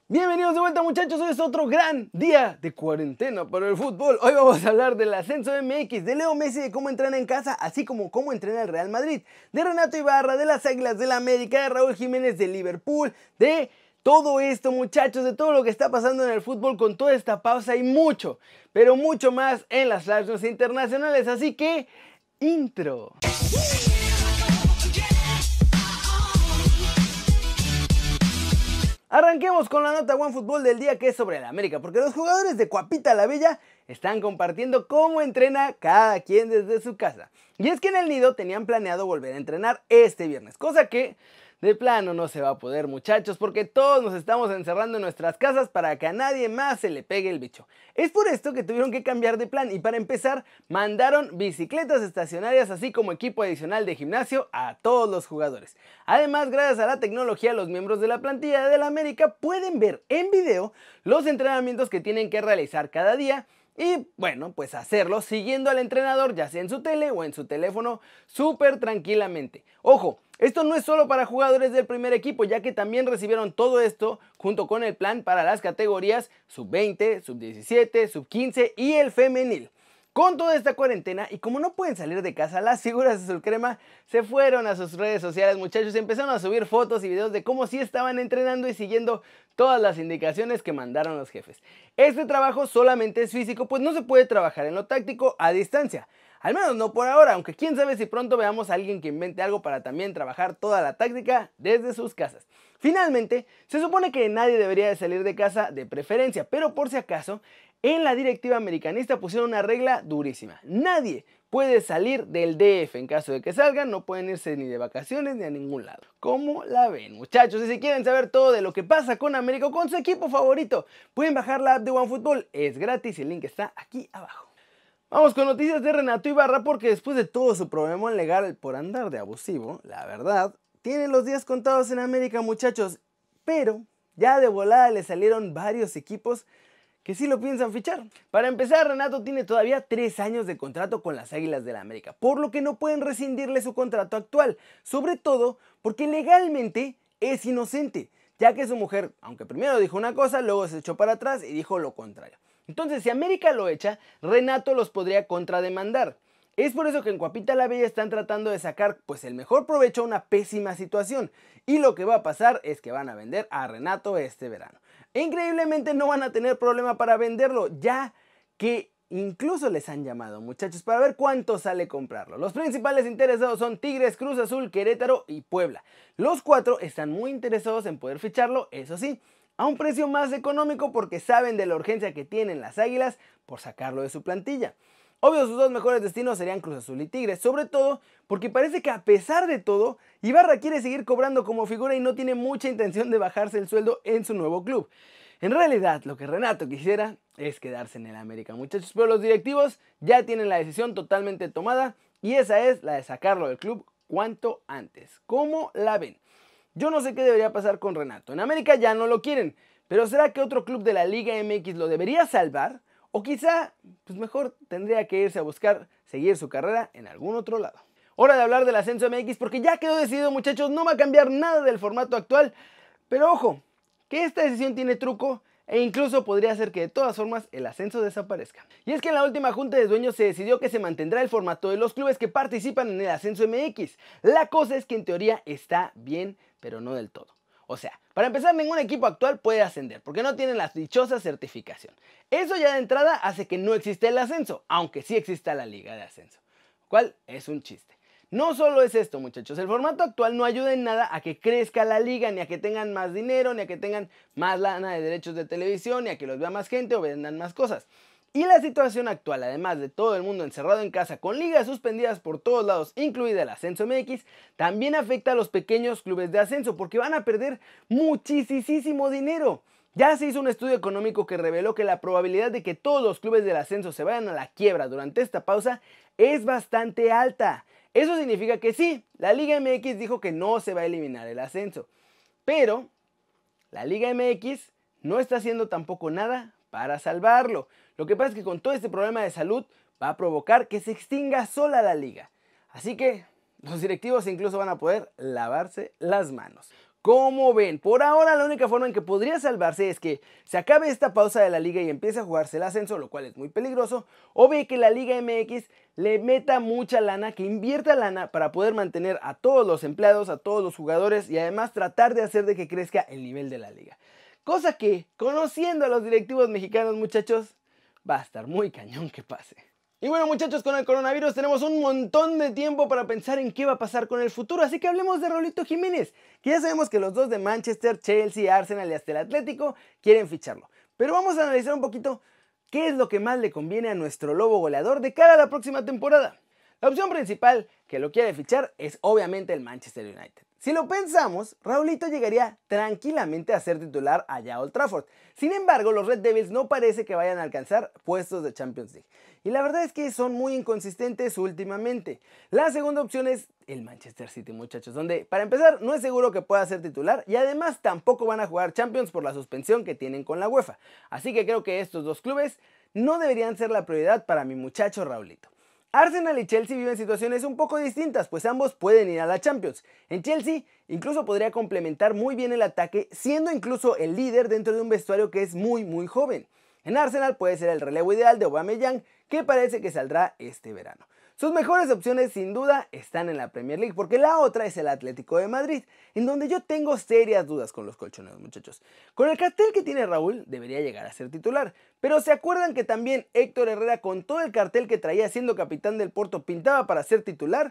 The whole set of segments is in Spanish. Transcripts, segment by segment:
Bienvenidos de vuelta, muchachos, hoy es otro gran día de cuarentena para el fútbol. Hoy vamos a hablar del ascenso MX, de Leo Messi, de cómo entrena en casa, así como cómo entrena el Real Madrid, de Renato Ibarra, de las Águilas del América, de Raúl Jiménez de Liverpool, de todo esto, muchachos, de todo lo que está pasando en el fútbol con toda esta pausa y mucho, pero mucho más en las Flash News internacionales, así que intro. Arranquemos con la nota OneFootball del día, que es sobre el América, porque los jugadores de Cuapita la Bella están compartiendo cómo entrena cada quien desde su casa. Y es que en el nido tenían planeado volver a entrenar este viernes, cosa que de plano no se va a poder, muchachos, porque todos nos estamos encerrando en nuestras casas para que a nadie más se le pegue el bicho. Es por esto que tuvieron que cambiar de plan y para empezar mandaron bicicletas estacionarias así como equipo adicional de gimnasio a todos los jugadores. Además, gracias a la tecnología, los miembros de la plantilla del América pueden ver en video los entrenamientos que tienen que realizar cada día y bueno, pues hacerlo siguiendo al entrenador ya sea en su tele o en su teléfono súper tranquilamente. Ojo, esto no es solo para jugadores del primer equipo, ya que también recibieron todo esto junto con el plan para las categorías sub-20, sub-17, sub-15 y el femenil. Con toda esta cuarentena y como no pueden salir de casa, las figuras de Azul Crema se fueron a sus redes sociales, muchachos, y empezaron a subir fotos y videos de cómo sí estaban entrenando y siguiendo todas las indicaciones que mandaron los jefes. Este trabajo solamente es físico, pues no se puede trabajar en lo táctico a distancia. Al menos no por ahora, aunque quién sabe si pronto veamos a alguien que invente algo para también trabajar toda la táctica desde sus casas. Finalmente, se supone que nadie debería de salir de casa de preferencia, pero por si acaso, en la directiva americanista pusieron una regla durísima. Nadie puede salir del DF. En caso de que salgan, no pueden irse ni de vacaciones ni a ningún lado. ¿Cómo la ven, muchachos? Y si quieren saber todo de lo que pasa con América o con su equipo favorito, pueden bajar la app de OneFootball. Es gratis y el link está aquí abajo. Vamos con noticias de Renato Ibarra, porque después de todo su problema legal por andar de abusivo, la verdad, tienen los días contados en América, muchachos. Pero ya de volada le salieron varios equipos que sí lo piensan fichar. Para empezar, Renato tiene todavía 3 años de contrato con las Águilas del América, por lo que no pueden rescindirle su contrato actual, sobre todo porque legalmente es inocente, ya que su mujer, aunque primero dijo una cosa, luego se echó para atrás y dijo lo contrario. Entonces, si América lo echa, Renato los podría contrademandar. Es por eso que en Cuapita la Bella están tratando de sacar pues el mejor provecho a una pésima situación. Y lo que va a pasar es que van a vender a Renato este verano. E increíblemente no van a tener problema para venderlo, ya que incluso les han llamado, muchachos, para ver cuánto sale comprarlo. Los principales interesados son Tigres, Cruz Azul, Querétaro y Puebla. Los 4 están muy interesados en poder ficharlo, eso sí, a un precio más económico porque saben de la urgencia que tienen las Águilas por sacarlo de su plantilla. Obvio, sus 2 mejores destinos serían Cruz Azul y Tigres, sobre todo porque parece que a pesar de todo, Ibarra quiere seguir cobrando como figura y no tiene mucha intención de bajarse el sueldo en su nuevo club. En realidad, lo que Renato quisiera es quedarse en el América, muchachos, pero los directivos ya tienen la decisión totalmente tomada y esa es la de sacarlo del club cuanto antes. ¿Cómo la ven? Yo no sé qué debería pasar con Renato. En América ya no lo quieren, pero ¿será que otro club de la Liga MX lo debería salvar? O quizá, pues mejor tendría que irse a buscar seguir su carrera en algún otro lado. Hora de hablar del ascenso MX porque ya quedó decidido, muchachos, no va a cambiar nada del formato actual. Pero ojo, que esta decisión tiene truco e incluso podría hacer que de todas formas el ascenso desaparezca. Y es que en la última junta de dueños se decidió que se mantendrá el formato de los clubes que participan en el ascenso MX. La cosa es que en teoría está bien, pero no del todo. O sea, para empezar, ningún equipo actual puede ascender porque no tienen la dichosa certificación. Eso ya de entrada hace que no exista el ascenso, aunque sí exista la liga de ascenso, lo cual es un chiste. No solo es esto, muchachos, el formato actual no ayuda en nada a que crezca la liga, ni a que tengan más dinero, ni a que tengan más lana de derechos de televisión, ni a que los vea más gente o vendan más cosas. Y la situación actual, además de todo el mundo encerrado en casa con ligas suspendidas por todos lados, incluida el Ascenso MX, también afecta a los pequeños clubes de ascenso porque van a perder muchísimo dinero. Ya se hizo un estudio económico que reveló que la probabilidad de que todos los clubes del ascenso se vayan a la quiebra durante esta pausa es bastante alta. Eso significa que sí, la Liga MX dijo que no se va a eliminar el ascenso, pero la Liga MX no está haciendo tampoco nada para salvarlo. Lo que pasa es que con todo este problema de salud va a provocar que se extinga sola la liga. Así que los directivos incluso van a poder lavarse las manos. ¿Cómo ven? Por ahora la única forma en que podría salvarse es que se acabe esta pausa de la liga y empiece a jugarse el ascenso, lo cual es muy peligroso, o ve que la Liga MX le meta mucha lana, que invierta lana para poder mantener a todos los empleados, a todos los jugadores y además tratar de hacer de que crezca el nivel de la liga. Cosa que, conociendo a los directivos mexicanos, muchachos, va a estar muy cañón que pase. Y bueno, muchachos, con el coronavirus tenemos un montón de tiempo para pensar en qué va a pasar con el futuro, así que hablemos de Raulito Jiménez, que ya sabemos que los dos de Manchester, Chelsea, Arsenal y hasta el Atlético quieren ficharlo. Pero vamos a analizar un poquito qué es lo que más le conviene a nuestro lobo goleador de cara a la próxima temporada. La opción principal que lo quiere fichar es obviamente el Manchester United. Si lo pensamos, Raulito llegaría tranquilamente a ser titular allá a Old Trafford. Sin embargo, los Red Devils no parece que vayan a alcanzar puestos de Champions League. Y la verdad es que son muy inconsistentes últimamente. La segunda opción es el Manchester City, muchachos, donde para empezar no es seguro que pueda ser titular y además tampoco van a jugar Champions por la suspensión que tienen con la UEFA. Así que creo que estos dos clubes no deberían ser la prioridad para mi muchacho Raulito. Arsenal y Chelsea viven situaciones un poco distintas, pues ambos pueden ir a la Champions. En Chelsea incluso podría complementar muy bien el ataque, siendo incluso el líder dentro de un vestuario que es muy joven. En Arsenal puede ser el relevo ideal de Aubameyang, que parece que saldrá este verano. Sus mejores opciones sin duda están en la Premier League, porque la otra es el Atlético de Madrid, en donde yo tengo serias dudas con los colchoneros, muchachos. Con el cartel que tiene Raúl debería llegar a ser titular, pero ¿se acuerdan que también Héctor Herrera, con todo el cartel que traía siendo capitán del Porto, pintaba para ser titular?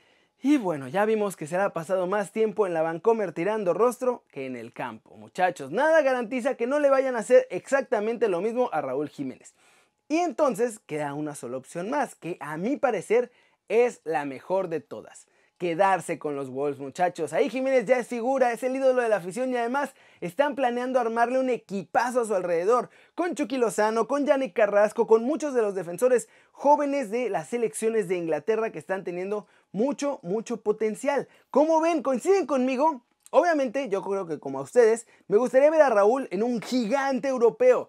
Y bueno, ya vimos que se ha pasado más tiempo en la Vancomer tirando rostro que en el campo. Muchachos, nada garantiza que no le vayan a hacer exactamente lo mismo a Raúl Jiménez. Y entonces queda una sola opción más, que a mi parecer es la mejor de todas. Quedarse con los Wolves, muchachos. Ahí Jiménez ya es figura, es el ídolo de la afición y además están planeando armarle un equipazo a su alrededor. Con Chucky Lozano, con Yannick Carrasco, con muchos de los defensores jóvenes de las selecciones de Inglaterra que están teniendo mucho potencial. ¿Cómo ven? ¿Coinciden conmigo? Obviamente, yo creo que como a ustedes, me gustaría ver a Raúl en un gigante europeo.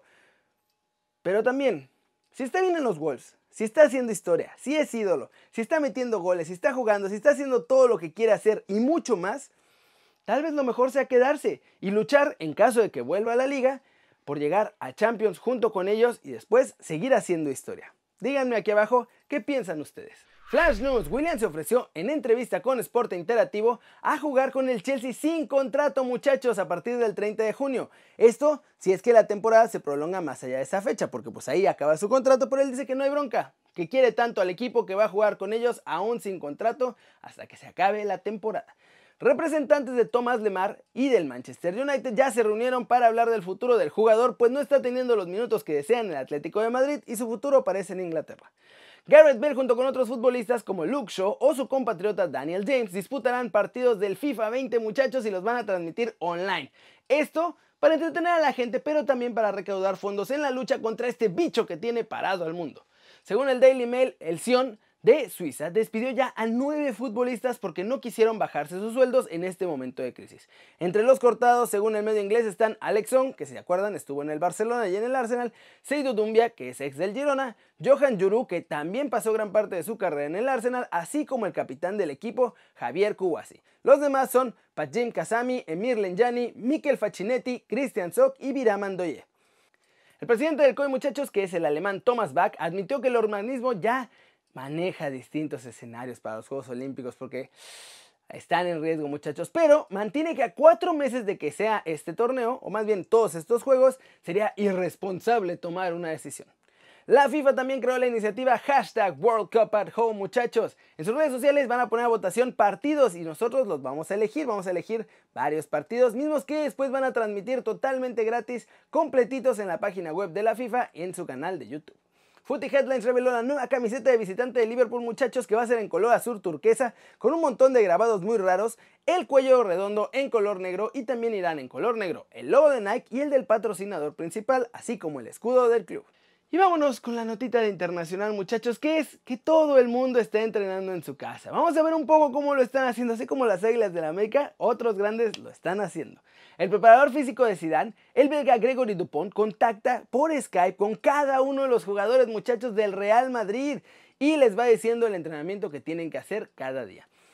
Pero también, si está bien en los Wolves, si está haciendo historia, si es ídolo, si está metiendo goles, si está jugando, si está haciendo todo lo que quiere hacer y mucho más, tal vez lo mejor sea quedarse y luchar en caso de que vuelva a la liga por llegar a Champions junto con ellos y después seguir haciendo historia. Díganme aquí abajo qué piensan ustedes. Flash News: Willian se ofreció en entrevista con Sport Interactivo a jugar con el Chelsea sin contrato, muchachos, a partir del 30 de junio. Esto si es que la temporada se prolonga más allá de esa fecha, porque pues ahí acaba su contrato, pero él dice que no hay bronca, que quiere tanto al equipo que va a jugar con ellos aún sin contrato hasta que se acabe la temporada. Representantes de Thomas Lemar y del Manchester United ya se reunieron para hablar del futuro del jugador, pues no está teniendo los minutos que desea en el Atlético de Madrid y su futuro parece en Inglaterra. Gareth Bale junto con otros futbolistas como Luke Shaw o su compatriota Daniel James disputarán partidos del FIFA 20, muchachos, y los van a transmitir online. Esto para entretener a la gente, pero también para recaudar fondos en la lucha contra este bicho que tiene parado al mundo. Según el Daily Mail, el Sion de Suiza despidió ya a 9 futbolistas porque no quisieron bajarse sus sueldos en este momento de crisis. Entre los cortados, según el medio inglés, están Alex Song, que si se acuerdan estuvo en el Barcelona y en el Arsenal, Seydou Doumbia, que es ex del Girona, Johan Djourou, que también pasó gran parte de su carrera en el Arsenal, así como el capitán del equipo, Javier Kouassi. Los demás son Pajim Kasami, Emir Lenjani, Mikel Facchinetti, Christian Sock y Virama Ndoye. El presidente del COI, muchachos, que es el alemán Thomas Bach, admitió que el organismo ya maneja distintos escenarios para los Juegos Olímpicos porque están en riesgo, muchachos, pero mantiene que a 4 meses de que sea este torneo, o más bien todos estos juegos, sería irresponsable tomar una decisión. La FIFA también creó la iniciativa #WorldCupAtHome, muchachos. En sus redes sociales van a poner a votación partidos y nosotros los vamos a elegir varios partidos mismos que después van a transmitir totalmente gratis, completitos en la página web de la FIFA y en su canal de YouTube. Footy Headlines reveló la nueva camiseta de visitante de Liverpool, muchachos, que va a ser en color azul turquesa con un montón de grabados muy raros, el cuello redondo en color negro y también irán en color negro el logo de Nike y el del patrocinador principal, así como el escudo del club. Y vámonos con la notita de internacional, muchachos, que es que todo el mundo está entrenando en su casa. Vamos a ver un poco cómo lo están haciendo, así como las Águilas del América, otros grandes lo están haciendo. El preparador físico de Zidane, el belga Gregory Dupont, contacta por Skype con cada uno de los jugadores, muchachos, del Real Madrid y les va diciendo el entrenamiento que tienen que hacer cada día.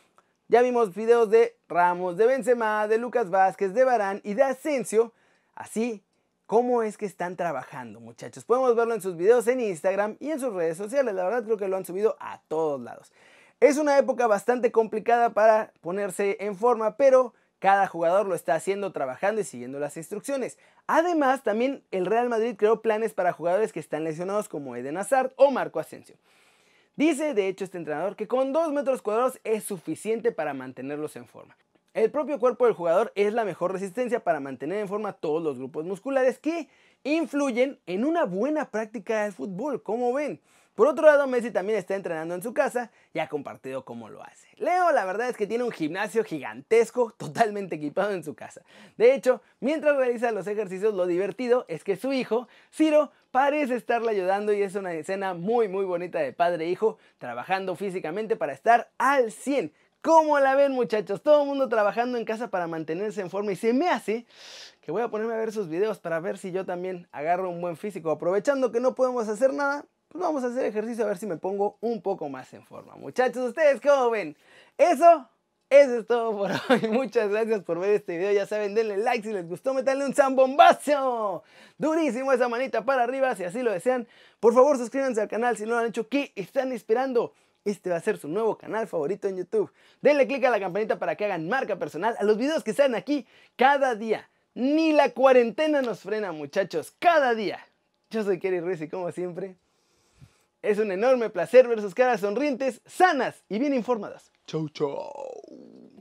Ya vimos videos de Ramos, de Benzema, de Lucas Vázquez, de Varane y de Asensio. Así, ¿cómo es que están trabajando, muchachos? Podemos verlo en sus videos en Instagram y en sus redes sociales. La verdad creo que lo han subido a todos lados. Es una época bastante complicada para ponerse en forma, pero cada jugador lo está haciendo, trabajando y siguiendo las instrucciones. Además, también el Real Madrid creó planes para jugadores que están lesionados como Eden Hazard o Marco Asensio. Dice, de hecho, este entrenador que con 2 metros cuadrados es suficiente para mantenerlos en forma. El propio cuerpo del jugador es la mejor resistencia para mantener en forma todos los grupos musculares que influyen en una buena práctica del fútbol, como ven. Por otro lado, Messi también está entrenando en su casa y ha compartido cómo lo hace. Leo, la verdad es que tiene un gimnasio gigantesco, totalmente equipado en su casa. De hecho, mientras realiza los ejercicios, lo divertido es que su hijo, Ciro, parece estarle ayudando y es una escena muy bonita de padre e hijo trabajando físicamente para estar al 100. ¿Cómo la ven, muchachos? Todo el mundo trabajando en casa para mantenerse en forma y se me hace que voy a ponerme a ver sus videos para ver si yo también agarro un buen físico. Aprovechando que no podemos hacer nada, pues vamos a hacer ejercicio a ver si me pongo un poco más en forma. Muchachos, ¿ustedes cómo ven? Eso es todo por hoy. Muchas gracias por ver este video. Ya saben, denle like si les gustó, metanle un zambombazo durísimo, esa manita para arriba si así lo desean. Por favor, suscríbanse al canal si no lo han hecho. ¿Qué están esperando? Este va a ser su nuevo canal favorito en YouTube. Denle click a la campanita para que hagan marca personal a los videos que salen aquí cada día. Ni la cuarentena nos frena, muchachos, cada día. Yo soy Kerry Ruiz y como siempre, es un enorme placer ver sus caras sonrientes, sanas y bien informadas. Chau, chau.